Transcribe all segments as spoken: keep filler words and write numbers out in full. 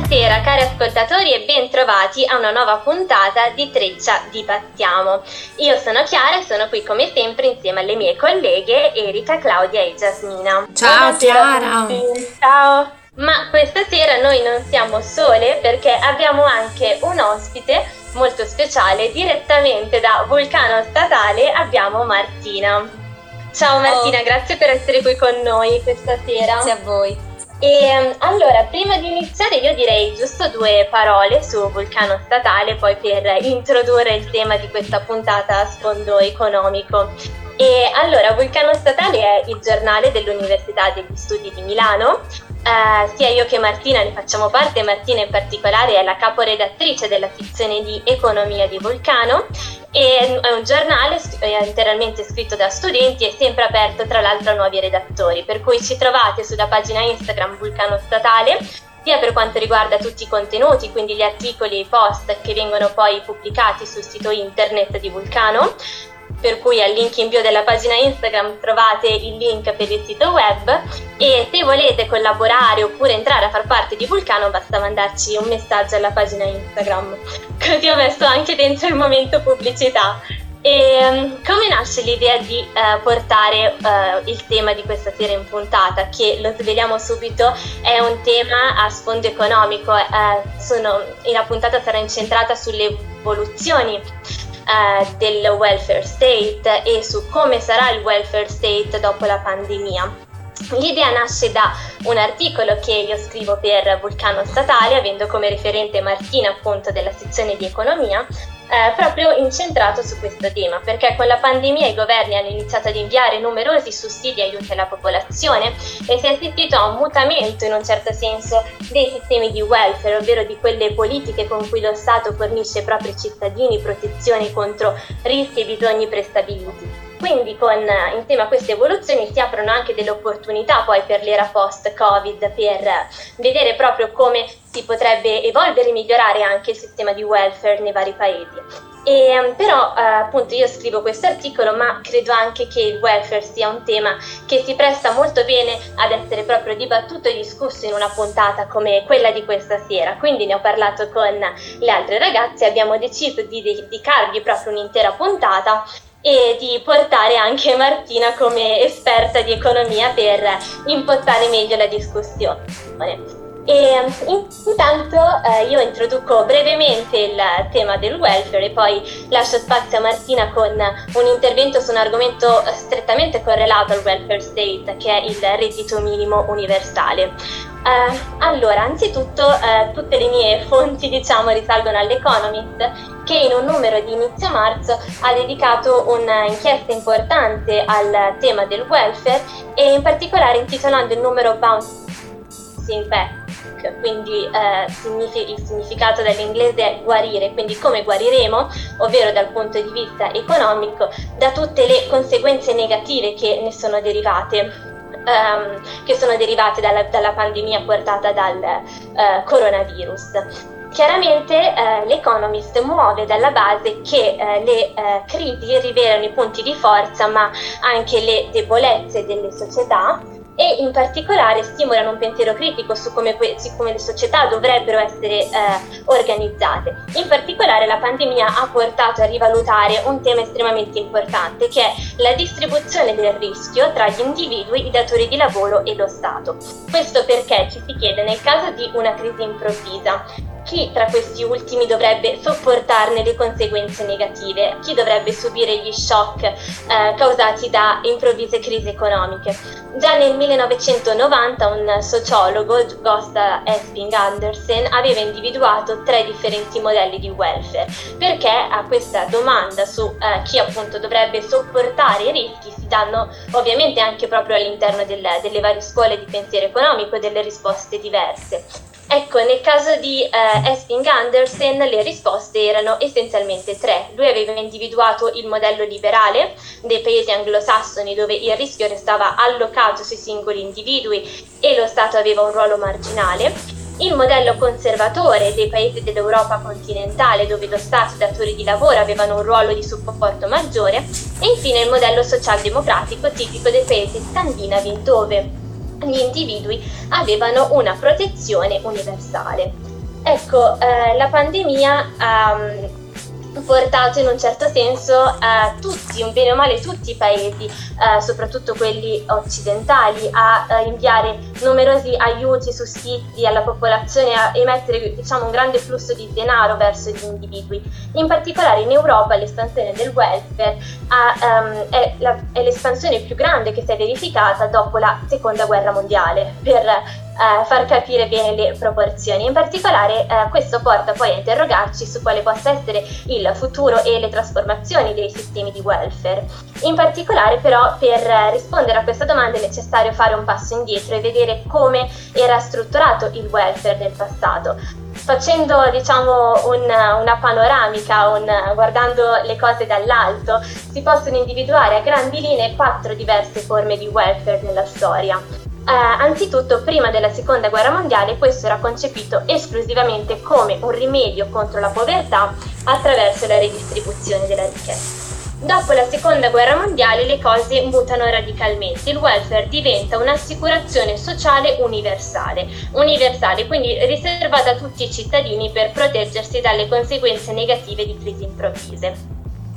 Buonasera cari ascoltatori e ben trovati a una nuova puntata di Treccia Dibattiamo. Io sono Chiara e sono qui come sempre insieme alle mie colleghe Erika, Claudia e Giasmina. Ciao Chiara! Ciao! Ma questa sera noi non siamo sole perché abbiamo anche un ospite molto speciale. Direttamente da Vulcano Statale abbiamo Martina. Ciao Martina, oh. Grazie per essere qui con noi questa sera. Grazie a voi. E allora, prima di iniziare io direi giusto due parole su Vulcano Statale, poi per introdurre il tema di questa puntata a sfondo economico. E allora, Vulcano Statale è il giornale dell'Università degli Studi di Milano. Uh, sia io che Martina ne facciamo parte. Martina in particolare è la caporedattrice della sezione di economia di Vulcano e è un giornale interamente scritto da studenti e sempre aperto tra l'altro a nuovi redattori, per cui ci trovate sulla pagina Instagram Vulcano Statale sia per quanto riguarda tutti i contenuti, quindi gli articoli e i post che vengono poi pubblicati sul sito internet di Vulcano, per cui al link in bio della pagina Instagram trovate il link per il sito web, e se volete collaborare oppure entrare a far parte di Vulcano basta mandarci un messaggio alla pagina Instagram. Così ho messo anche dentro il momento pubblicità. E um, come nasce l'idea di uh, portare uh, il tema di questa sera in puntata, che lo sveliamo subito è un tema a sfondo economico. Uh, sono, la puntata sarà incentrata sulle evoluzioni Uh, del welfare state e su come sarà il welfare state dopo la pandemia. L'idea nasce da un articolo che io scrivo per Vulcano Statale, avendo come referente Martina appunto della sezione di economia, eh, proprio incentrato su questo tema, perché con la pandemia i governi hanno iniziato ad inviare numerosi sussidi e aiuti alla popolazione e si è assistito a un mutamento in un certo senso dei sistemi di welfare, ovvero di quelle politiche con cui lo Stato fornisce ai propri cittadini protezione contro rischi e bisogni prestabiliti. Quindi con, insieme a queste evoluzioni si aprono anche delle opportunità poi per l'era post-Covid, per vedere proprio come si potrebbe evolvere e migliorare anche il sistema di welfare nei vari paesi. E, però eh, appunto io scrivo questo articolo, ma credo anche che il welfare sia un tema che si presta molto bene ad essere proprio dibattuto e discusso in una puntata come quella di questa sera. Quindi ne ho parlato con le altre ragazze e abbiamo deciso di dedicargli proprio un'intera puntata e di portare anche Martina come esperta di economia per impostare meglio la discussione. E intanto eh, io introduco brevemente il tema del welfare e poi lascio spazio a Martina con un intervento su un argomento strettamente correlato al welfare state, che è il reddito minimo universale. Eh, allora, anzitutto eh, tutte le mie fonti diciamo risalgono all'Economist, che in un numero di inizio marzo ha dedicato un'inchiesta importante al tema del welfare e in particolare intitolando il numero Bouncing Back, quindi eh, significa, il significato dell'inglese è guarire, quindi come guariremo, ovvero dal punto di vista economico, da tutte le conseguenze negative che ne sono derivate. Um, che sono derivate dalla, dalla pandemia portata dal uh, coronavirus. Chiaramente eh, l'Economist muove dalla base che eh, le eh, crisi rivelano i punti di forza ma anche le debolezze delle società e in particolare stimolano un pensiero critico su come, que- su come le società dovrebbero essere eh, organizzate. In particolare la pandemia ha portato a rivalutare un tema estremamente importante, che è la distribuzione del rischio tra gli individui, i datori di lavoro e lo Stato. Questo perché ci si chiede, nel caso di una crisi improvvisa, chi tra questi ultimi dovrebbe sopportarne le conseguenze negative? Chi dovrebbe subire gli shock eh, causati da improvvise crisi economiche? Già nel millenovecentonovanta un sociologo, Gösta Esping Andersen, aveva individuato tre differenti modelli di welfare, perché a questa domanda su eh, chi appunto dovrebbe sopportare i rischi si danno ovviamente anche proprio all'interno del, delle varie scuole di pensiero economico delle risposte diverse. Ecco, nel caso di eh, Esping Andersen le risposte erano essenzialmente tre. Lui aveva individuato il modello liberale dei paesi anglosassoni, dove il rischio restava allocato sui singoli individui e lo Stato aveva un ruolo marginale, il modello conservatore dei paesi dell'Europa continentale, dove lo Stato e i datori di lavoro avevano un ruolo di supporto maggiore, e infine il modello socialdemocratico tipico dei paesi scandinavi, dove gli individui avevano una protezione universale. Ecco, eh, la pandemia ha um, portato in un certo senso a uh, tutti, un bene o male tutti i paesi, uh, soprattutto quelli occidentali, a uh, inviare numerosi aiuti, sussidi alla popolazione, a emettere, diciamo, un grande flusso di denaro verso gli individui. In particolare in Europa l'espansione del welfare ha, um, è, la, è l'espansione più grande che si è verificata dopo la seconda guerra mondiale, per Uh, far capire bene le proporzioni. In particolare uh, questo porta poi a interrogarci su quale possa essere il futuro e le trasformazioni dei sistemi di welfare. In particolare però per uh, rispondere a questa domanda è necessario fare un passo indietro e vedere come era strutturato il welfare del passato. Facendo, diciamo, un, una panoramica, un, guardando le cose dall'alto, si possono individuare a grandi linee quattro diverse forme di welfare nella storia. Uh, anzitutto, prima della seconda guerra mondiale, questo era concepito esclusivamente come un rimedio contro la povertà attraverso la redistribuzione della ricchezza. Dopo la seconda guerra mondiale le cose mutano radicalmente, il welfare diventa un'assicurazione sociale universale, universale quindi riservata a tutti i cittadini per proteggersi dalle conseguenze negative di crisi improvvise.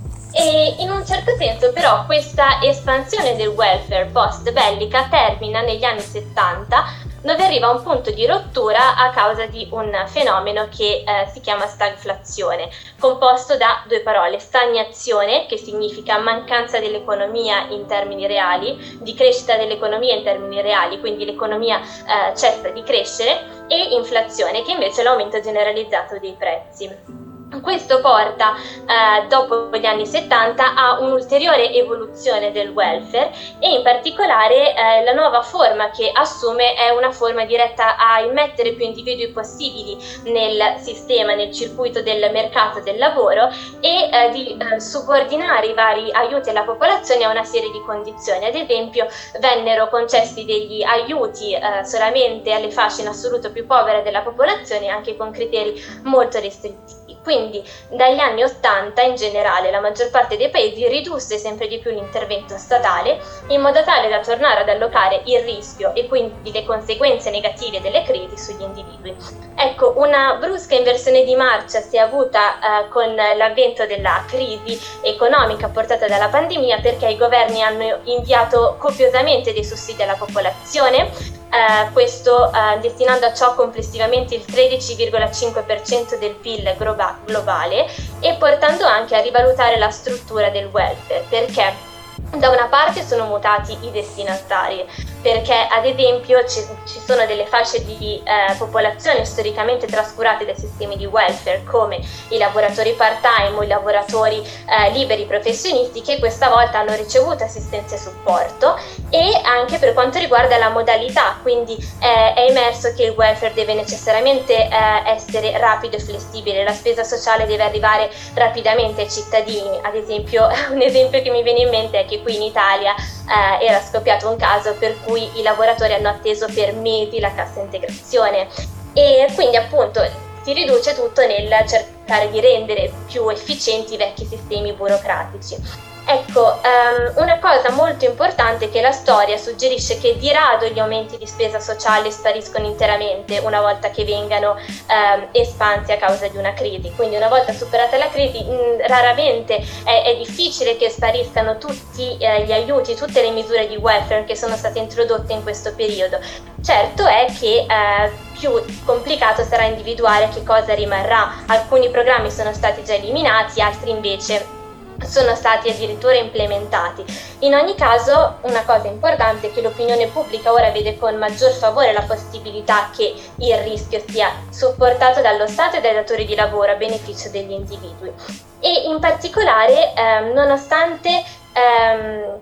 E in un certo senso però questa espansione del welfare post bellica termina negli anni settanta, dove arriva a un punto di rottura a causa di un fenomeno che eh, si chiama stagflazione, composto da due parole: stagnazione, che significa mancanza dell'economia in termini reali, di crescita dell'economia in termini reali, quindi l'economia eh, cessa di crescere, e inflazione, che invece è l'aumento generalizzato dei prezzi. Questo porta, eh, dopo gli anni settanta, a un'ulteriore evoluzione del welfare e in particolare eh, la nuova forma che assume è una forma diretta a immettere più individui possibili nel sistema, nel circuito del mercato del lavoro e eh, di eh, subordinare i vari aiuti alla popolazione a una serie di condizioni. Ad esempio, vennero concessi degli aiuti eh, solamente alle fasce in assoluto più povere della popolazione, anche con criteri molto restrittivi. Quindi dagli anni ottanta in generale la maggior parte dei paesi ridusse sempre di più l'intervento statale in modo tale da tornare ad allocare il rischio e quindi le conseguenze negative delle crisi sugli individui. Ecco, una brusca inversione di marcia si è avuta eh, con l'avvento della crisi economica portata dalla pandemia, perché i governi hanno inviato copiosamente dei sussidi alla popolazione, Uh, questo uh, destinando a ciò complessivamente il tredici virgola cinque per cento del P I L globa- globale e portando anche a rivalutare la struttura del welfare, perché da una parte sono mutati i destinatari, perché ad esempio ci, ci sono delle fasce di eh, popolazione storicamente trascurate dai sistemi di welfare, come i lavoratori part-time o i lavoratori eh, liberi professionisti, che questa volta hanno ricevuto assistenza e supporto. E anche per quanto riguarda la modalità, quindi eh, è emerso che il welfare deve necessariamente eh, essere rapido e flessibile, la spesa sociale deve arrivare rapidamente ai cittadini. Ad esempio, un esempio che mi viene in mente è che qui in Italia eh, era scoppiato un caso per cui i lavoratori hanno atteso per mesi la cassa integrazione e quindi appunto si riduce tutto nel cercare di rendere più efficienti i vecchi sistemi burocratici. Ecco, um, una cosa molto importante è che la storia suggerisce che di rado gli aumenti di spesa sociale spariscono interamente una volta che vengano um, espansi a causa di una crisi. Quindi una volta superata la crisi mh, raramente è, è difficile che spariscano tutti eh, gli aiuti, tutte le misure di welfare che sono state introdotte in questo periodo. Certo è che eh, più complicato sarà individuare che cosa rimarrà. Alcuni programmi sono stati già eliminati, altri invece sono stati addirittura implementati. In ogni caso, una cosa importante è che l'opinione pubblica ora vede con maggior favore la possibilità che il rischio sia sopportato dallo Stato e dai datori di lavoro a beneficio degli individui. E in particolare, ehm, nonostante ehm,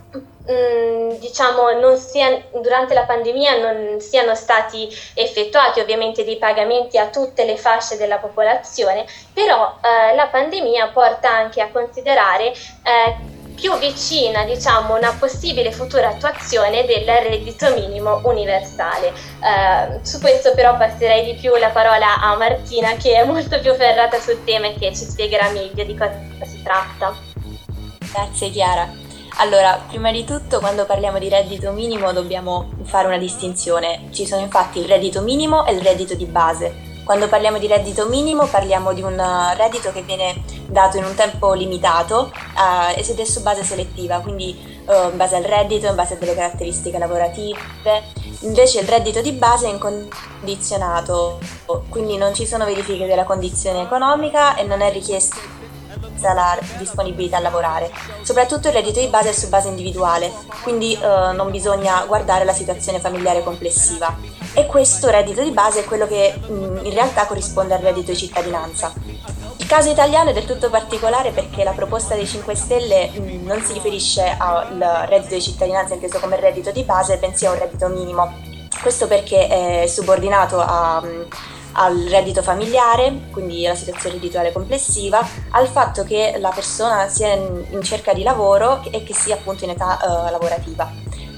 mh, diciamo non sia, durante la pandemia non siano stati effettuati ovviamente dei pagamenti a tutte le fasce della popolazione, però eh, la pandemia porta anche a considerare eh, più vicina, diciamo, una possibile futura attuazione del reddito minimo universale. Eh, su questo però passerei di più la parola a Martina, che è molto più ferrata sul tema e che ci spiegherà meglio di cosa si tratta. Grazie Chiara. Allora, prima di tutto, quando parliamo di reddito minimo dobbiamo fare una distinzione. Ci sono infatti il reddito minimo e il reddito di base. Quando parliamo di reddito minimo parliamo di un reddito che viene dato in un tempo limitato uh, ed è su base selettiva, quindi uh, in base al reddito, in base a delle caratteristiche lavorative. Invece il reddito di base è incondizionato, quindi non ci sono verifiche della condizione economica e non è richiesta la disponibilità a lavorare. Soprattutto il reddito di base è su base individuale, quindi eh, non bisogna guardare la situazione familiare complessiva. E questo reddito di base è quello che mh, in realtà corrisponde al reddito di cittadinanza. Il caso italiano è del tutto particolare perché la proposta dei cinque Stelle mh, non si riferisce al reddito di cittadinanza inteso come reddito di base, bensì a un reddito minimo. Questo perché è subordinato a, mh, al reddito familiare, quindi alla situazione reddituale complessiva, al fatto che la persona sia in, in cerca di lavoro e che sia appunto in età uh, lavorativa.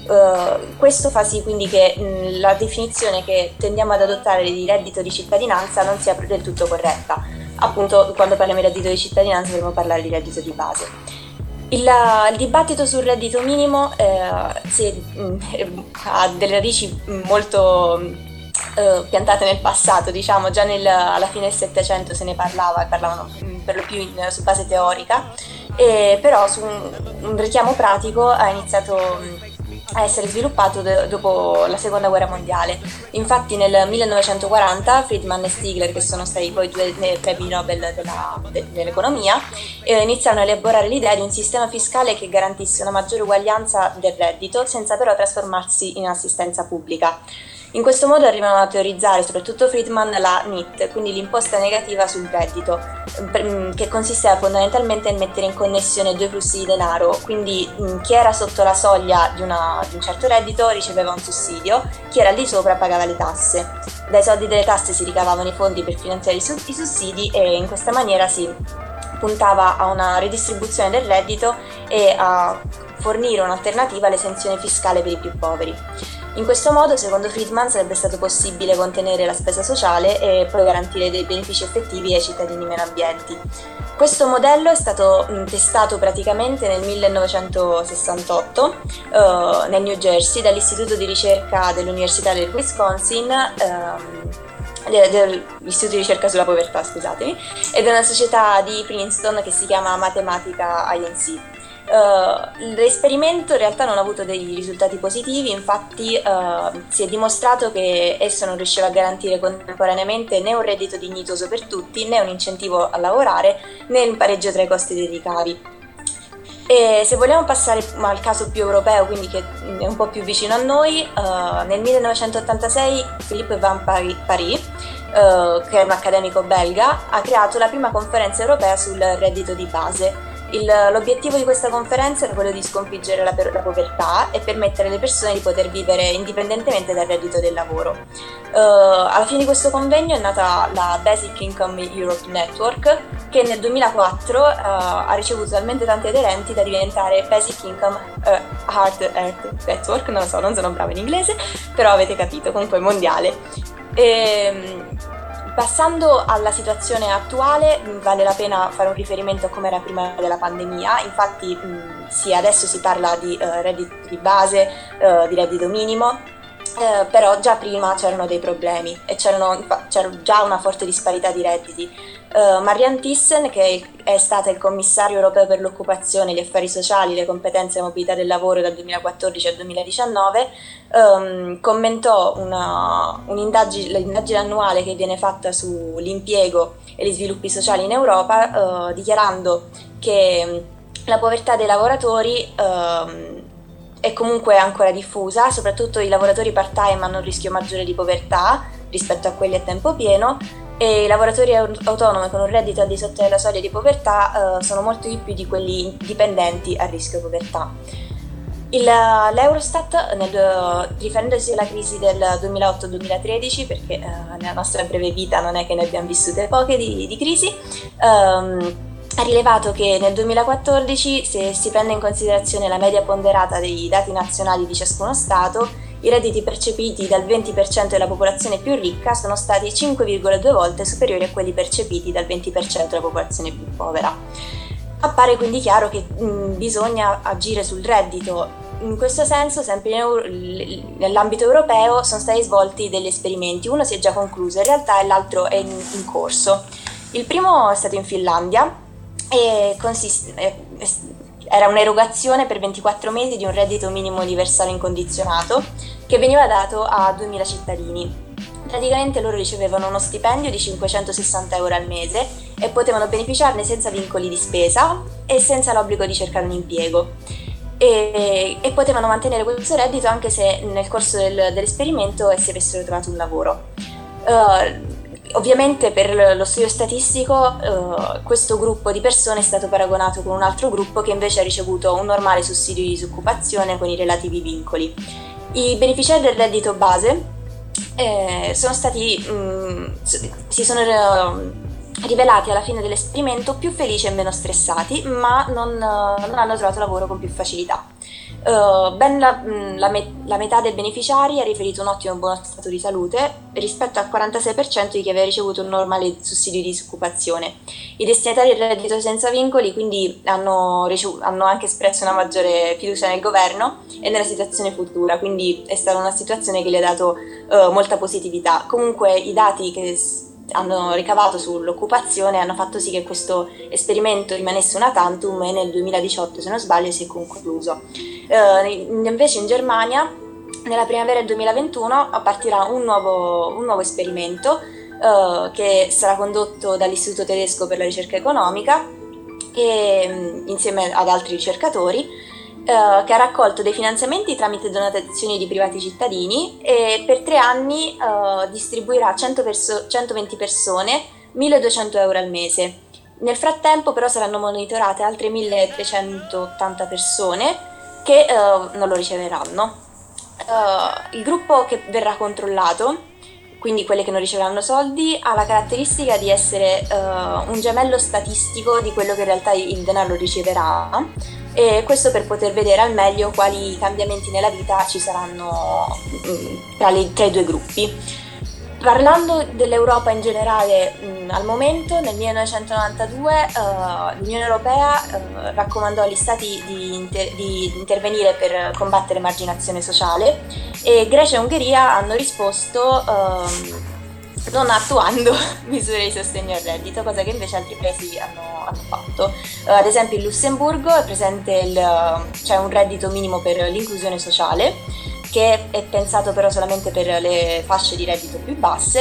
Uh, questo fa sì quindi che mh, la definizione che tendiamo ad adottare di reddito di cittadinanza non sia del tutto corretta. Appunto, quando parliamo di reddito di cittadinanza dovremmo parlare di reddito di base. Il, il dibattito sul reddito minimo eh, si, mh, ha delle radici molto mh, piantate nel passato, diciamo già nel, alla fine del Settecento se ne parlava, parlavano mh, per lo più in, su base teorica, e però su un, un richiamo pratico ha iniziato mh, a essere sviluppato de- dopo la seconda guerra mondiale. Infatti nel millenovecentoquaranta Friedman e Stigler, che sono stati poi due premi Nobel della, de- dell'economia, eh, iniziarono a elaborare l'idea di un sistema fiscale che garantisse una maggiore uguaglianza del reddito senza però trasformarsi in assistenza pubblica. In questo modo arrivano a teorizzare, soprattutto Friedman, la N I T, quindi l'imposta negativa sul reddito, che consisteva fondamentalmente nel mettere in connessione due flussi di denaro, quindi chi era sotto la soglia di, una, di un certo reddito riceveva un sussidio, chi era al di sopra pagava le tasse. Dai soldi delle tasse si ricavavano i fondi per finanziare i, su- i sussidi e in questa maniera si puntava a una ridistribuzione del reddito e a fornire un'alternativa all'esenzione fiscale per i più poveri. In questo modo, secondo Friedman, sarebbe stato possibile contenere la spesa sociale e poi garantire dei benefici effettivi ai cittadini meno abbienti. Questo modello è stato mh, testato praticamente nel millenovecentosessantotto eh, nel New Jersey dall'Istituto di ricerca dell'Università del Wisconsin, ehm, dell'Istituto di ricerca sulla povertà, scusatemi, e da una società di Princeton che si chiama Mathematica I N C. Uh, l'esperimento in realtà non ha avuto dei risultati positivi, infatti uh, si è dimostrato che esso non riusciva a garantire contemporaneamente né un reddito dignitoso per tutti, né un incentivo a lavorare, né un pareggio tra i costi dei ricavi. E se vogliamo passare al caso più europeo, quindi che è un po' più vicino a noi, uh, nel millenovecentottantasei Philippe Van Parijs, uh, che è un accademico belga, ha creato la prima conferenza europea sul reddito di base. Il, l'obiettivo di questa conferenza era quello di sconfiggere la, la povertà e permettere alle persone di poter vivere indipendentemente dal reddito del lavoro. Uh, alla fine di questo convegno è nata la Basic Income Europe Network, che nel duemilaquattro uh, ha ricevuto talmente tanti aderenti da diventare Basic Income uh, Hard Earth Network, non lo so, non sono brava in inglese, però avete capito, comunque mondiale. E, Passando alla situazione attuale, vale la pena fare un riferimento a come era prima della pandemia. Infatti mh, sì, adesso si parla di uh, reddito di base, uh, di reddito minimo, uh, però già prima c'erano dei problemi e c'erano, c'era già una forte disparità di redditi. Uh, Marianne Thyssen, che è stata il commissario europeo per l'occupazione, gli affari sociali, le competenze e la mobilità del lavoro dal duemilaquattordici al duemiladiciannove, um, commentò una, un'indagine, l'indagine annuale che viene fatta sull'impiego e gli sviluppi sociali in Europa, uh, dichiarando che la povertà dei lavoratori uh, è comunque ancora diffusa, soprattutto i lavoratori part-time hanno un rischio maggiore di povertà rispetto a quelli a tempo pieno, e i lavoratori autonomi con un reddito al di sotto della soglia di povertà uh, sono molto di più di quelli dipendenti a rischio povertà. Il, L'Eurostat, nel, riferendosi alla crisi del duemilaotto duemilatredici, perché uh, nella nostra breve vita non è che ne abbiamo vissute poche di, di crisi, um, ha rilevato che nel duemilaquattordici, se si prende in considerazione la media ponderata dei dati nazionali di ciascuno Stato, i redditi percepiti dal venti per cento della popolazione più ricca sono stati cinque virgola due volte superiori a quelli percepiti dal venti per cento della popolazione più povera. Appare quindi chiaro che mh, bisogna agire sul reddito in questo senso, sempre in Euro- nell'ambito europeo, sono stati svolti degli esperimenti. Uno si è già concluso in realtà e l'altro è in, in corso. Il primo è stato in Finlandia e consiste, era un'erogazione per ventiquattro mesi di un reddito minimo universale incondizionato che veniva dato a duemila cittadini. Praticamente loro ricevevano uno stipendio di cinquecentosessanta euro al mese e potevano beneficiarne senza vincoli di spesa e senza l'obbligo di cercare un impiego. E, e potevano mantenere questo reddito anche se nel corso del, dell'esperimento si avessero trovato un lavoro. Uh, Ovviamente per lo studio statistico uh, questo gruppo di persone è stato paragonato con un altro gruppo che invece ha ricevuto un normale sussidio di disoccupazione con i relativi vincoli. I beneficiari del reddito base eh, sono stati, mh, si sono uh, rivelati alla fine dell'esperimento più felici e meno stressati, ma non, uh, non hanno trovato lavoro con più facilità. Uh, ben la, la, met- la metà dei beneficiari ha riferito un ottimo e buono stato di salute rispetto al quarantasei per cento di chi aveva ricevuto un normale sussidio di disoccupazione. I destinatari del reddito senza vincoli quindi hanno, ricevuto, hanno anche espresso una maggiore fiducia nel governo e nella situazione futura, quindi è stata una situazione che gli ha dato uh, molta positività. Comunque i dati che hanno ricavato sull'occupazione hanno fatto sì che questo esperimento rimanesse una tantum e nel duemiladiciotto, se non sbaglio, si è concluso. Uh, invece in Germania nella primavera del duemilaventuno partirà un nuovo, un nuovo esperimento uh, che sarà condotto dall'Istituto Tedesco per la Ricerca Economica e, insieme ad altri ricercatori, Uh, che ha raccolto dei finanziamenti tramite donazioni di privati cittadini e per tre anni uh, distribuirà cento perso- centoventi persone milleduecento euro al mese. Nel frattempo però saranno monitorate altre milletrecentottanta persone che uh, non lo riceveranno. Uh, il gruppo che verrà controllato, quindi quelle che non riceveranno soldi, ha la caratteristica di essere uh, un gemello statistico di quello che in realtà il denaro riceverà, e questo per poter vedere al meglio quali cambiamenti nella vita ci saranno mh, tra, le, tra i due gruppi. Parlando dell'Europa in generale, mh, al momento nel millenovecentonovantadue uh, l'Unione Europea uh, raccomandò agli Stati di, inter- di intervenire per combattere l'emarginazione sociale e Grecia e Ungheria hanno risposto uh, non attuando misure di sostegno al reddito, cosa che invece altri paesi hanno, hanno fatto. Uh, ad esempio in Lussemburgo è presente il, c'è un reddito minimo per l'inclusione sociale che è pensato però solamente per le fasce di reddito più basse,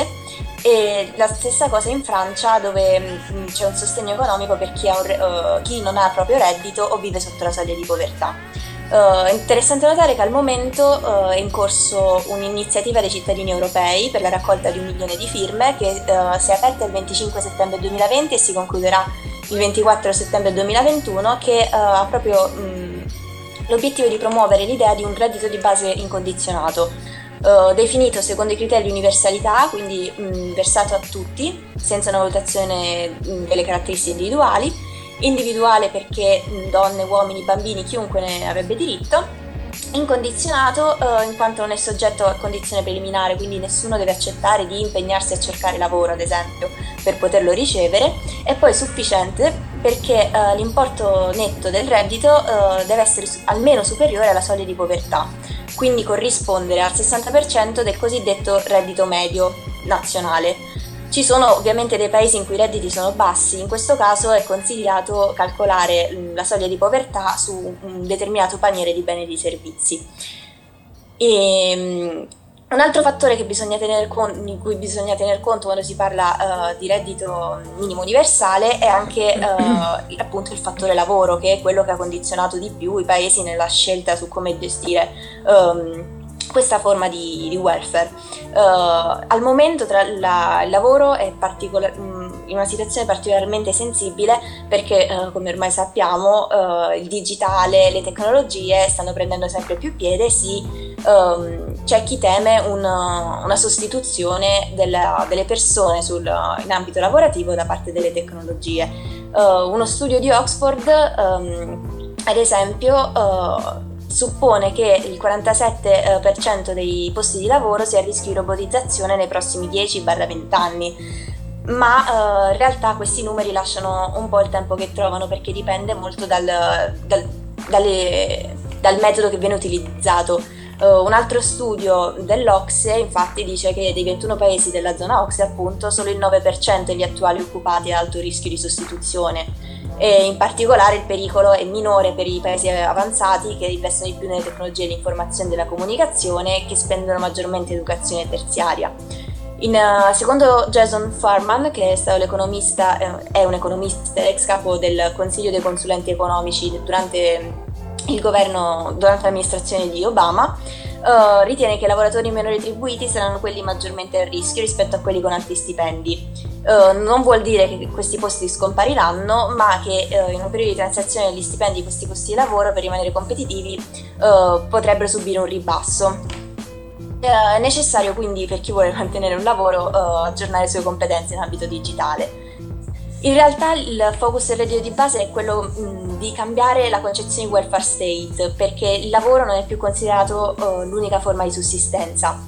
e la stessa cosa in Francia, dove mh, c'è un sostegno economico per chi, ha un, uh, chi non ha proprio reddito o vive sotto la soglia di povertà. Uh, è interessante notare che al momento uh, è in corso un'iniziativa dei cittadini europei per la raccolta di un milione di firme che uh, si è aperta il venticinque settembre duemilaventi e si concluderà il ventiquattro settembre duemilaventuno, che uh, ha proprio mh, l'obiettivo di promuovere l'idea di un reddito di base incondizionato, uh, definito secondo i criteri di universalità, quindi mh, versato a tutti, senza una valutazione mh, delle caratteristiche individuali, individuale perché mh, donne, uomini, bambini, chiunque ne avrebbe diritto, incondizionato uh, in quanto non è soggetto a condizione preliminare, quindi nessuno deve accettare di impegnarsi a cercare lavoro, ad esempio, per poterlo ricevere, e poi sufficiente perché uh, l'importo netto del reddito uh, deve essere su- almeno superiore alla soglia di povertà, quindi corrispondere al sessanta per cento del cosiddetto reddito medio nazionale. Ci sono ovviamente dei paesi in cui i redditi sono bassi, in questo caso è consigliato calcolare la soglia di povertà su un determinato paniere di beni e di servizi. E, un altro fattore che bisogna tener con- di cui bisogna tener conto quando si parla uh, di reddito minimo universale è anche uh, appunto il fattore lavoro, che è quello che ha condizionato di più i paesi nella scelta su come gestire um, questa forma di, di welfare. Uh, al momento tra la, il lavoro è particolar- in una situazione particolarmente sensibile perché, uh, come ormai sappiamo, uh, il digitale, le tecnologie stanno prendendo sempre più piede e sì, um, c'è chi teme una, una sostituzione della, delle persone sul, in ambito lavorativo da parte delle tecnologie. Uh, uno studio di Oxford, um, ad esempio, uh, suppone che il quarantasette per cento dei posti di lavoro sia a rischio di robotizzazione nei prossimi dieci venti anni, ma uh, in realtà questi numeri lasciano un po' il tempo che trovano perché dipende molto dal, dal, dalle, dal metodo che viene utilizzato. Uh, un altro studio dell'Ocse infatti dice che dei ventuno paesi della zona Ocse appunto solo il nove per cento degli attuali occupati ha alto rischio di sostituzione, e in particolare il pericolo è minore per i paesi avanzati che investono di più nelle tecnologie dell'informazione e della comunicazione e che spendono maggiormente educazione terziaria. In, uh, secondo Jason Furman, che è stato l'economista, eh, è un economista ex capo del Consiglio dei consulenti economici durante il governo, durante l'amministrazione di Obama, uh, ritiene che i lavoratori meno retribuiti saranno quelli maggiormente a rischio rispetto a quelli con alti stipendi. Uh, non vuol dire che questi posti scompariranno, ma che uh, in un periodo di transizione degli stipendi di questi posti di lavoro, per rimanere competitivi, uh, potrebbero subire un ribasso. È necessario quindi, per chi vuole mantenere un lavoro, uh, aggiornare le sue competenze in ambito digitale. In realtà il focus del reddito di base è quello mh, di cambiare la concezione di welfare state, perché il lavoro non è più considerato uh, l'unica forma di sussistenza.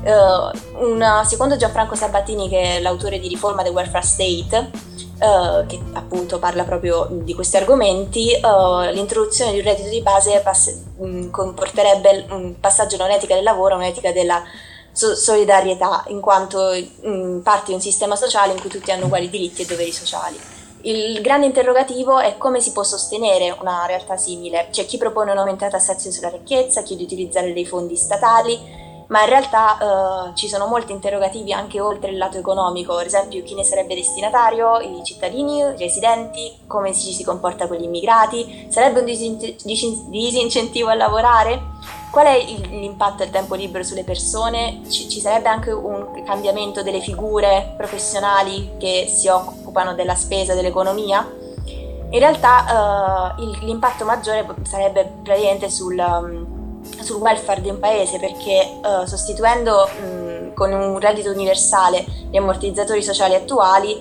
Uh, un, secondo Gianfranco Sabatini, che è l'autore di Riforma del welfare state, uh, che appunto parla proprio di questi argomenti, uh, l'introduzione di un reddito di base pass- mh, comporterebbe un passaggio da un'etica del lavoro a un'etica della solidarietà, in quanto mh, parte di un sistema sociale in cui tutti hanno uguali diritti e doveri sociali. Il grande interrogativo è come si può sostenere una realtà simile. C'è chi propone un'aumentata tassazione sulla ricchezza, chi di utilizzare dei fondi statali, ma in realtà eh, ci sono molti interrogativi anche oltre il lato economico, ad esempio chi ne sarebbe destinatario, i cittadini, i residenti, come ci si comporta con gli immigrati, sarebbe un disin- disincentivo a lavorare? Qual è il, l'impatto del tempo libero sulle persone? Ci, ci sarebbe anche un cambiamento delle figure professionali che si occupano della spesa, dell'economia? In realtà uh, il, l'impatto maggiore sarebbe praticamente sul, um, sul welfare di un paese, perché uh, sostituendo um, con un reddito universale gli ammortizzatori sociali attuali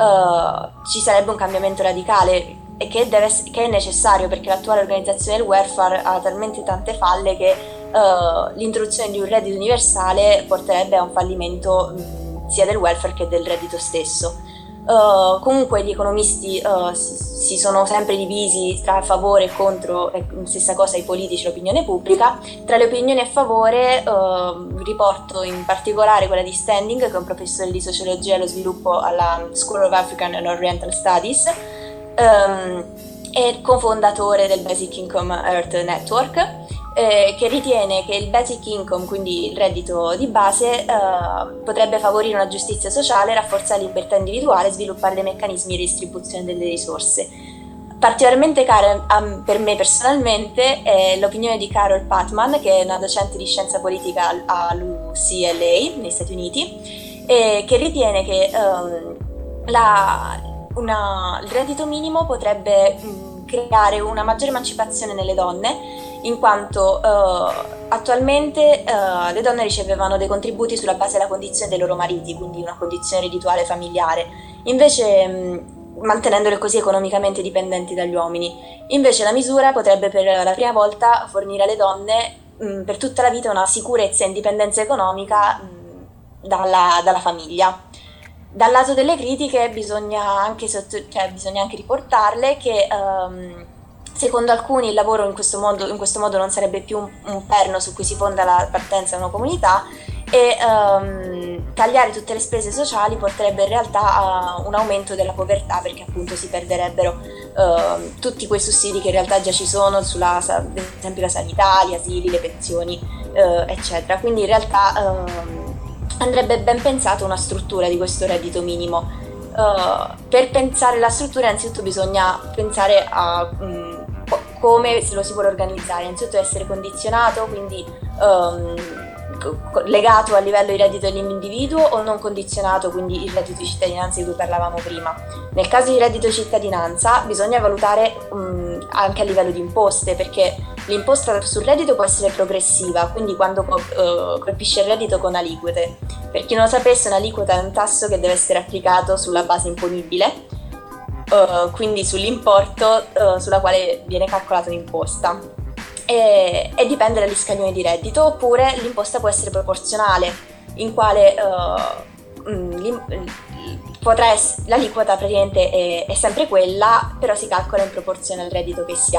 uh, ci sarebbe un cambiamento radicale e che, deve, che è necessario, perché l'attuale organizzazione del welfare ha talmente tante falle che uh, l'introduzione di un reddito universale porterebbe a un fallimento mh, sia del welfare che del reddito stesso. Uh, comunque gli economisti uh, si, si sono sempre divisi tra favore e contro, e stessa cosa i politici e l'opinione pubblica. Tra le opinioni a favore uh, riporto in particolare quella di Standing, che è un professore di sociologia e allo sviluppo alla School of African and Oriental Studies, Um, è cofondatore del Basic Income Earth Network, eh, che ritiene che il Basic Income, quindi il reddito di base, eh, potrebbe favorire una giustizia sociale, rafforzare la libertà individuale e sviluppare dei meccanismi di distribuzione delle risorse. Particolarmente cara um, per me personalmente è l'opinione di Carol Patman, che è una docente di scienza politica all'U C L A negli Stati Uniti, e che ritiene che um, la Una, il reddito minimo potrebbe mh, creare una maggiore emancipazione nelle donne, in quanto uh, attualmente uh, le donne ricevevano dei contributi sulla base della condizione dei loro mariti, quindi una condizione reddituale familiare, invece mh, mantenendole così economicamente dipendenti dagli uomini. Invece la misura potrebbe per la prima volta fornire alle donne mh, per tutta la vita una sicurezza e indipendenza economica mh, dalla, dalla famiglia. Dal lato delle critiche bisogna anche, sotto, cioè, bisogna anche riportarle che um, secondo alcuni il lavoro in questo, modo, in questo modo non sarebbe più un, un perno su cui si fonda la partenza di una comunità, e um, tagliare tutte le spese sociali porterebbe in realtà a un aumento della povertà, perché appunto si perderebbero uh, tutti quei sussidi che in realtà già ci sono, sulla, ad esempio la sanità, gli asili, le pensioni, uh, eccetera. Quindi in realtà um, andrebbe ben pensata una struttura di questo reddito minimo. Uh, per pensare la struttura innanzitutto bisogna pensare a um, come lo si vuole organizzare. Innanzitutto essere condizionato, quindi um, legato al livello di reddito dell'individuo, o non condizionato, quindi il reddito di cittadinanza di cui parlavamo prima. Nel caso di reddito di cittadinanza bisogna valutare um, anche a livello di imposte, perché l'imposta sul reddito può essere progressiva, quindi quando uh, colpisce il reddito con aliquote. Per chi non lo sapesse, un'aliquota è un tasso che deve essere applicato sulla base imponibile, uh, quindi sull'importo uh, sulla quale viene calcolata l'imposta. E, e dipende dagli scaglioni di reddito, oppure l'imposta può essere proporzionale, in quale uh, potrà essere, l'aliquota praticamente è, è sempre quella, però si calcola in proporzione al reddito che si ha.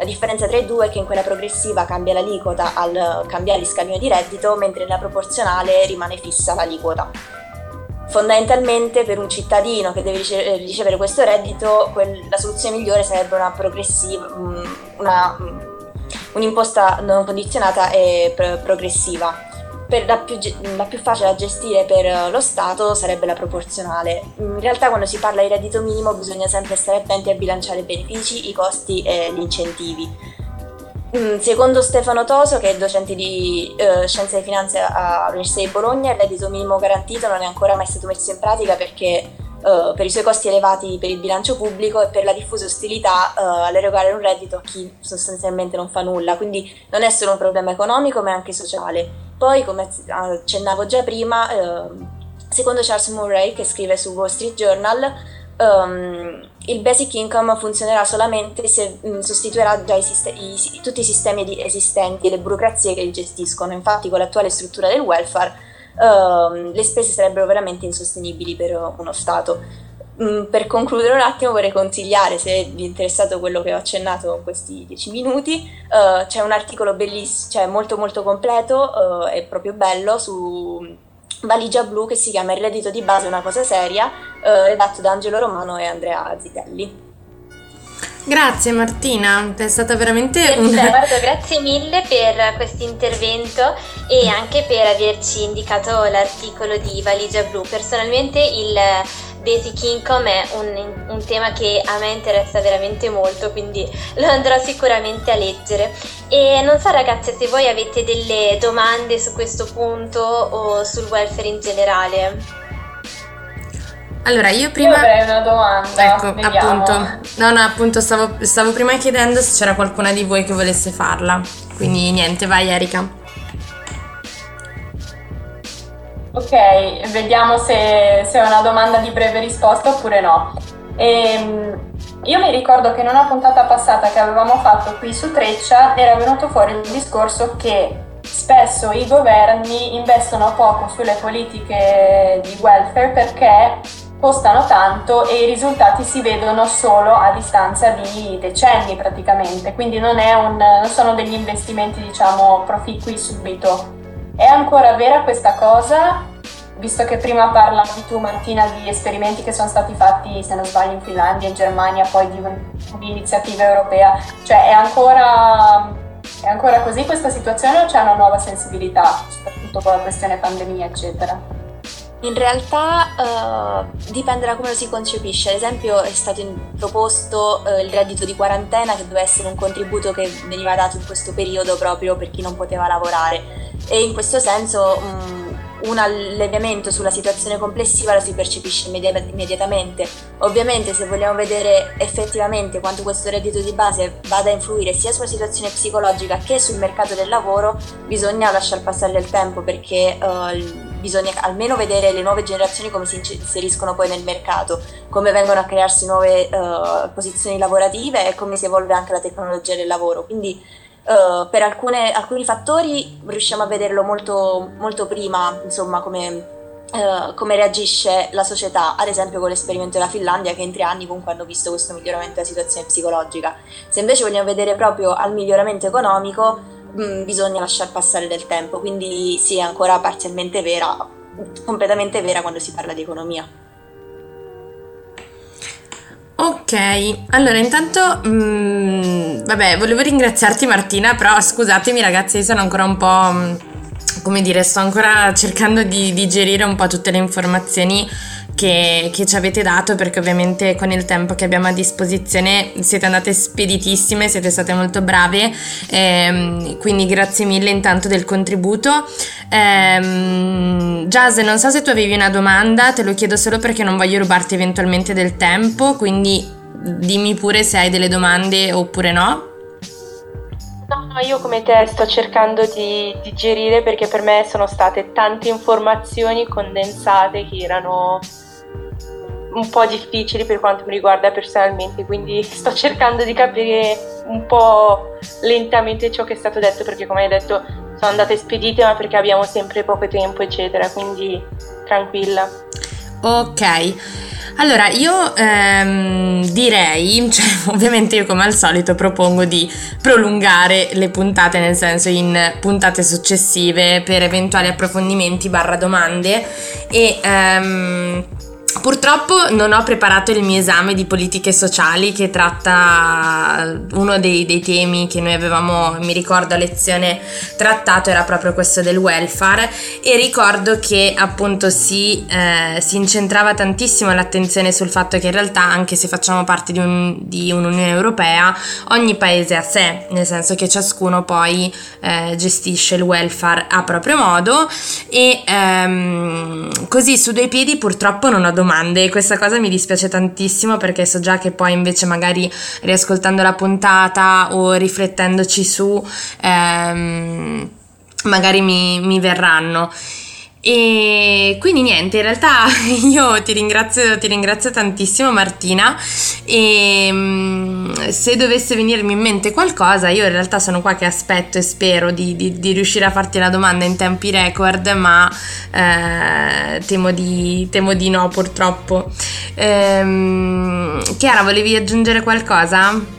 La differenza tra i due è che in quella progressiva cambia l'aliquota al cambiare il scalino di reddito, mentre nella proporzionale rimane fissa l'aliquota. Fondamentalmente per un cittadino che deve ricevere questo reddito, quel, la soluzione migliore sarebbe una progressiva, una, un'imposta non condizionata e progressiva. Per la, più, la più facile da gestire per lo Stato sarebbe la proporzionale. In realtà quando si parla di reddito minimo bisogna sempre stare attenti a bilanciare i benefici, i costi e gli incentivi. Secondo Stefano Toso, che è docente di eh, Scienze di Finanza all'Università di Bologna, il reddito minimo garantito non è ancora mai stato messo in pratica perché eh, per i suoi costi elevati per il bilancio pubblico e per la diffusa ostilità eh, all'erogare un reddito a chi sostanzialmente non fa nulla, quindi non è solo un problema economico ma è anche sociale. Poi, come accennavo già prima, eh, secondo Charles Murray, che scrive su Wall Street Journal, um, il basic income funzionerà solamente se mh, sostituirà già i sist- i, tutti i sistemi esistenti e le burocrazie che li gestiscono. Infatti con l'attuale struttura del welfare uh, le spese sarebbero veramente insostenibili per uno Stato. Mm, per concludere un attimo vorrei consigliare, se vi è interessato quello che ho accennato in questi dieci minuti, uh, c'è un articolo bellissimo, cioè molto molto completo uh, e proprio bello su Valigia Blu che si chiama Il reddito di base è una cosa seria, uh, redatto da Angelo Romano e Andrea Zitelli. Grazie Martina, è stata veramente un... Guardo, grazie mille per questo intervento e anche per averci indicato l'articolo di Valigia Blu. Personalmente il basic income è un, un tema che a me interessa veramente molto, quindi lo andrò sicuramente a leggere. E non so ragazze se voi avete delle domande su questo punto o sul welfare in generale. Allora io prima io avrei una domanda, ecco, vediamo. appunto no no appunto stavo, stavo prima chiedendo se c'era qualcuna di voi che volesse farla, quindi niente, vai Erika. Ok, vediamo se, se è una domanda di breve risposta oppure no. Ehm, io mi ricordo che in una puntata passata che avevamo fatto qui su Treccia era venuto fuori il discorso che spesso i governi investono poco sulle politiche di welfare perché costano tanto e i risultati si vedono solo a distanza di decenni praticamente, quindi non, è un, non sono degli investimenti diciamo proficui subito. È ancora vera questa cosa? Visto che prima parlavi tu Martina di esperimenti che sono stati fatti, se non sbaglio, in Finlandia, in Germania, poi di, di iniziativa europea, cioè è ancora, è ancora così questa situazione o c'è una nuova sensibilità, soprattutto con la questione pandemia eccetera? In realtà uh, dipende da come lo si concepisce. Ad esempio è stato in, proposto uh, il reddito di quarantena, che doveva essere un contributo che veniva dato in questo periodo proprio per chi non poteva lavorare, e in questo senso um, un alleviamento sulla situazione complessiva lo si percepisce immedi- immediatamente. Ovviamente se vogliamo vedere effettivamente quanto questo reddito di base vada a influire sia sulla situazione psicologica che sul mercato del lavoro, bisogna lasciar passare del tempo, perché uh, bisogna almeno vedere le nuove generazioni come si inseriscono poi nel mercato, come vengono a crearsi nuove uh, posizioni lavorative e come si evolve anche la tecnologia del lavoro. Quindi uh, per alcune, alcuni fattori riusciamo a vederlo molto, molto prima, insomma, come, uh, come reagisce la società, ad esempio con l'esperimento della Finlandia, che in tre anni comunque hanno visto questo miglioramento della situazione psicologica. Se invece vogliamo vedere proprio al miglioramento economico, bisogna lasciar passare del tempo, quindi sì, è ancora parzialmente vera, completamente vera quando si parla di economia. Ok, allora intanto mh, vabbè, volevo ringraziarti Martina, però scusatemi ragazzi, io sono ancora un po' mh, come dire, sto ancora cercando di digerire un po' tutte le informazioni Che, che ci avete dato, perché ovviamente con il tempo che abbiamo a disposizione siete andate speditissime, siete state molto brave, ehm, quindi grazie mille intanto del contributo. ehm, Jazz, non so se tu avevi una domanda, te lo chiedo solo perché non voglio rubarti eventualmente del tempo, quindi dimmi pure se hai delle domande oppure no. No, io come te sto cercando di digerire, perché per me sono state tante informazioni condensate che erano un po' difficili per quanto mi riguarda personalmente, quindi sto cercando di capire un po' lentamente ciò che è stato detto, perché come hai detto sono andate spedite, ma perché abbiamo sempre poco tempo eccetera, quindi tranquilla. Ok, Allora, io ehm, direi, cioè, ovviamente io come al solito propongo di prolungare le puntate, nel senso in puntate successive per eventuali approfondimenti barra domande e ehm, purtroppo non ho preparato il mio esame di politiche sociali che tratta uno dei, dei temi che noi avevamo, mi ricordo a lezione trattato, era proprio questo del welfare, e ricordo che appunto si, eh, si incentrava tantissimo l'attenzione sul fatto che in realtà, anche se facciamo parte di, un, di un'Unione Europea, ogni paese a sé, nel senso che ciascuno poi eh, gestisce il welfare a proprio modo e ehm, così su due piedi purtroppo non ho domande. Questa cosa mi dispiace tantissimo, perché so già che poi invece magari riascoltando la puntata o riflettendoci su ehm, magari mi, mi verranno. E quindi niente, in realtà io ti ringrazio, ti ringrazio tantissimo Martina, e mh, se dovesse venirmi in mente qualcosa io in realtà sono qua che aspetto e spero di, di, di riuscire a farti la domanda in tempi record, ma eh, temo, di, temo di no purtroppo. Ehm, Chiara, volevi aggiungere qualcosa?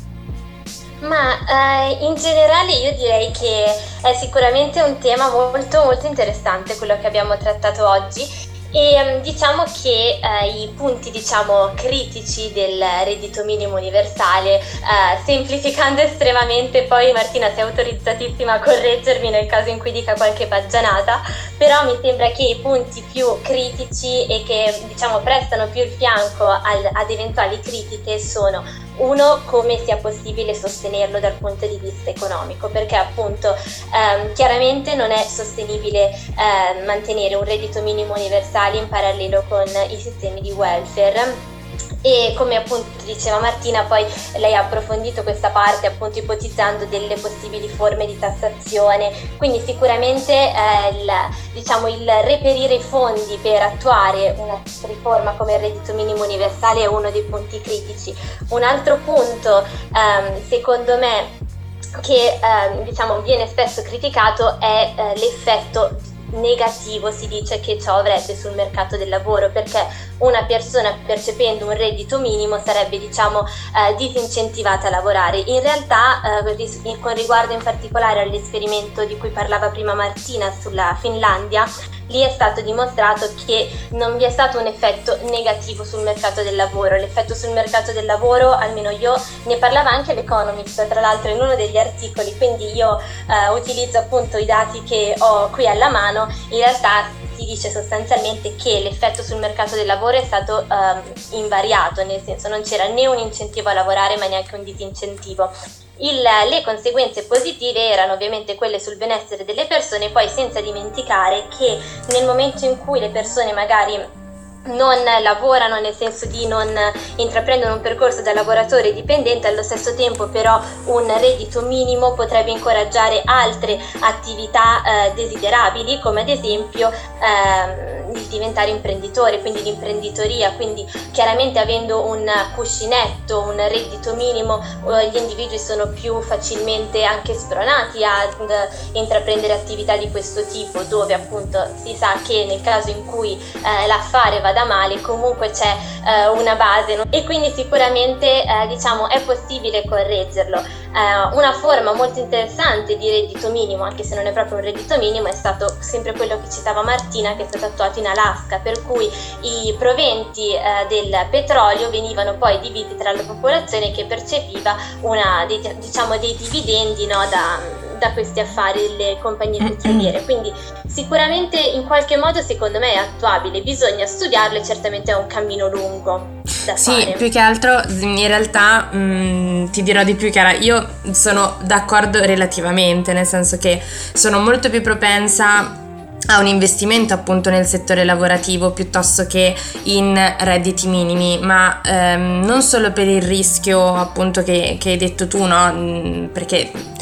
Ma eh, in generale io direi che è sicuramente un tema molto molto interessante quello che abbiamo trattato oggi, e diciamo che eh, i punti diciamo critici del reddito minimo universale, eh, semplificando estremamente, poi Martina sei autorizzatissima a correggermi nel caso in cui dica qualche baggianata, però mi sembra che i punti più critici e che diciamo prestano più il fianco al, ad eventuali critiche sono: uno, come sia possibile sostenerlo dal punto di vista economico, perché appunto ehm, chiaramente non è sostenibile eh, mantenere un reddito minimo universale in parallelo con i sistemi di welfare. E come appunto diceva Martina, poi lei ha approfondito questa parte appunto ipotizzando delle possibili forme di tassazione, quindi sicuramente eh, il, diciamo il reperire i fondi per attuare una riforma come il reddito minimo universale è uno dei punti critici. Un altro punto ehm, secondo me che ehm, diciamo viene spesso criticato è eh, l'effetto negativo, si dice, che ciò avrebbe sul mercato del lavoro, perché una persona percependo un reddito minimo sarebbe diciamo eh, disincentivata a lavorare. In realtà eh, con riguardo in particolare all'esperimento di cui parlava prima Martina sulla Finlandia, lì è stato dimostrato che non vi è stato un effetto negativo sul mercato del lavoro. L'effetto sul mercato del lavoro, almeno io, ne parlava anche l'Economist tra l'altro in uno degli articoli, quindi io eh, utilizzo appunto i dati che ho qui alla mano. In realtà si dice sostanzialmente che l'effetto sul mercato del lavoro è stato um, invariato, nel senso non c'era né un incentivo a lavorare ma neanche un disincentivo. Il, le conseguenze positive erano ovviamente quelle sul benessere delle persone, poi senza dimenticare che nel momento in cui le persone magari non lavorano, nel senso di non intraprendono un percorso da lavoratore dipendente, allo stesso tempo però un reddito minimo potrebbe incoraggiare altre attività eh, desiderabili, come ad esempio eh, il diventare imprenditore, quindi l'imprenditoria. Quindi chiaramente avendo un cuscinetto, un reddito minimo, eh, gli individui sono più facilmente anche spronati ad intraprendere attività di questo tipo, dove appunto si sa che nel caso in cui eh, l'affare vada male comunque c'è eh, una base, no? E quindi sicuramente eh, diciamo è possibile correggerlo. Eh, una forma molto interessante di reddito minimo, anche se non è proprio un reddito minimo, è stato sempre quello che citava Martina, che è stato attuato in Alaska, per cui i proventi eh, del petrolio venivano poi divisi tra la popolazione che percepiva una dei, diciamo dei dividendi, no, da da questi affari delle compagnie petroliere. Quindi sicuramente in qualche modo secondo me è attuabile, bisogna studiarlo e certamente è un cammino lungo da sì, fare. Più che altro in realtà mh, ti dirò di più, Chiara, io sono d'accordo relativamente, nel senso che sono molto più propensa a un investimento appunto nel settore lavorativo piuttosto che in redditi minimi, ma ehm, non solo per il rischio appunto che, che hai detto tu, no? Perché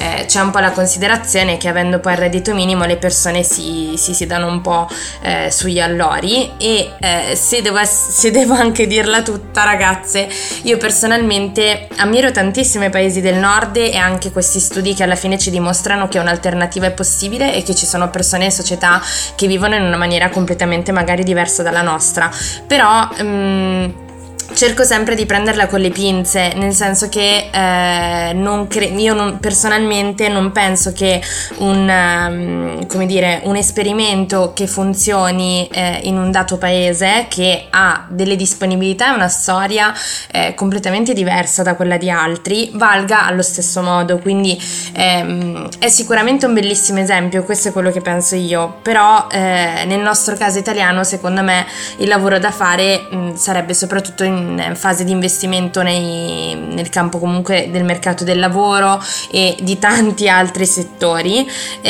eh, c'è un po' la considerazione che avendo poi il reddito minimo le persone si, si, si danno un po' eh, sugli allori e eh, se, devo ess- se devo anche dirla tutta, ragazze, io personalmente ammiro tantissimo i paesi del nord e anche questi studi che alla fine ci dimostrano che un'alternativa è possibile e che ci sono persone e società che vivono in una maniera completamente magari diversa dalla nostra, però um, cerco sempre di prenderla con le pinze, nel senso che eh, non cre- io non, personalmente non penso che un, um, come dire, un esperimento che funzioni eh, in un dato paese che ha delle disponibilità e una storia eh, completamente diversa da quella di altri valga allo stesso modo, quindi ehm, è sicuramente un bellissimo esempio, questo è quello che penso io, però eh, nel nostro caso italiano secondo me il lavoro da fare mh, sarebbe soprattutto in fase di investimento nei, nel campo comunque del mercato del lavoro e di tanti altri settori,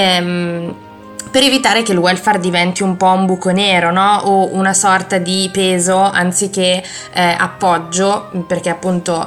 ehm, per evitare che il welfare diventi un po' un buco nero, no? O una sorta di peso anziché eh, appoggio, perché appunto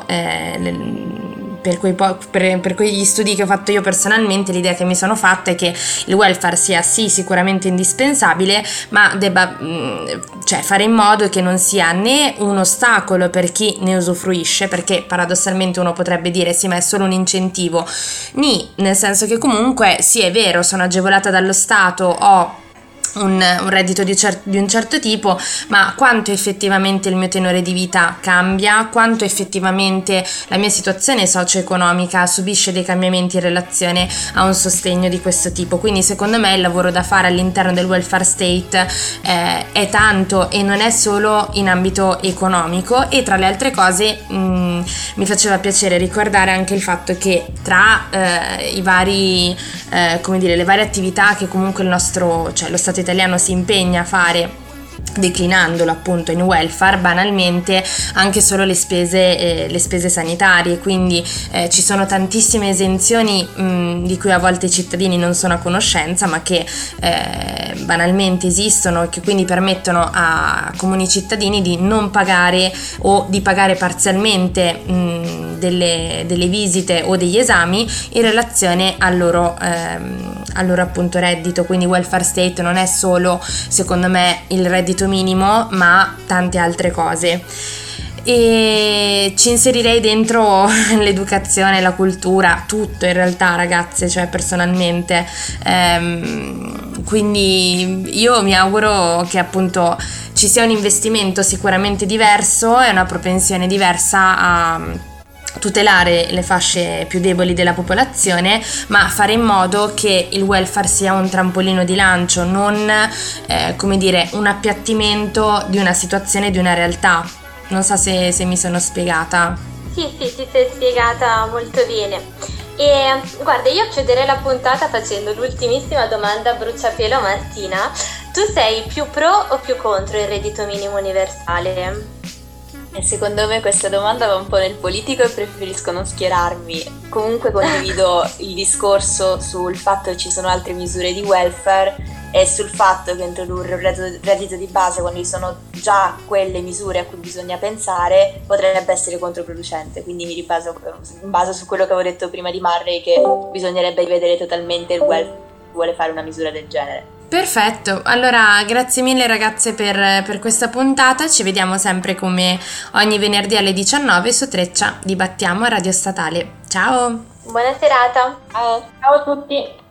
eh, per, quei po- per, per quegli studi che ho fatto io personalmente l'idea che mi sono fatta è che il welfare sia sì sicuramente indispensabile, ma debba mh, cioè fare in modo che non sia né un ostacolo per chi ne usufruisce, perché paradossalmente uno potrebbe dire sì ma è solo un incentivo, né nel senso che comunque sì è vero sono agevolata dallo Stato, ho Un, un reddito di, cer- di un certo tipo, ma quanto effettivamente il mio tenore di vita cambia, quanto effettivamente la mia situazione socio-economica subisce dei cambiamenti in relazione a un sostegno di questo tipo. Quindi secondo me il lavoro da fare all'interno del welfare state eh, è tanto e non è solo in ambito economico, e tra le altre cose mh, mi faceva piacere ricordare anche il fatto che tra eh, i vari eh, come dire le varie attività che comunque il nostro, cioè lo Stato italiano si impegna a fare declinandolo appunto in welfare, banalmente anche solo le spese eh, le spese sanitarie, quindi eh, ci sono tantissime esenzioni mh, di cui a volte i cittadini non sono a conoscenza, ma che eh, banalmente esistono e che quindi permettono a comuni cittadini di non pagare o di pagare parzialmente mh, delle, delle visite o degli esami in relazione al loro ehm, al loro appunto reddito. Quindi welfare state non è solo secondo me il reddito minimo, ma tante altre cose, e ci inserirei dentro l'educazione, la cultura, tutto in realtà, ragazze, cioè personalmente ehm, quindi io mi auguro che appunto ci sia un investimento sicuramente diverso e una propensione diversa a tutelare le fasce più deboli della popolazione, ma fare in modo che il welfare sia un trampolino di lancio, non eh, come dire un appiattimento di una situazione, di una realtà. Non so se, se mi sono spiegata. Sì, sì, ti sei spiegata molto bene. E guarda, io chiuderei la puntata facendo l'ultimissima domanda a bruciapelo. Martina, tu sei più pro o più contro il reddito minimo universale? E secondo me questa domanda va un po' nel politico e preferisco non schierarmi. Comunque condivido il discorso sul fatto che ci sono altre misure di welfare e sul fatto che introdurre un reddito, reddito di base quando ci sono già quelle misure a cui bisogna pensare potrebbe essere controproducente. Quindi mi ribaso in base su quello che avevo detto prima di Marley, che bisognerebbe rivedere totalmente il welfare se vuole fare una misura del genere. Perfetto, allora grazie mille ragazze per, per questa puntata, ci vediamo sempre come ogni venerdì alle diciannove su Treccia Dibattiamo Radio Statale. Ciao! Buona serata! Ciao! Ciao a tutti!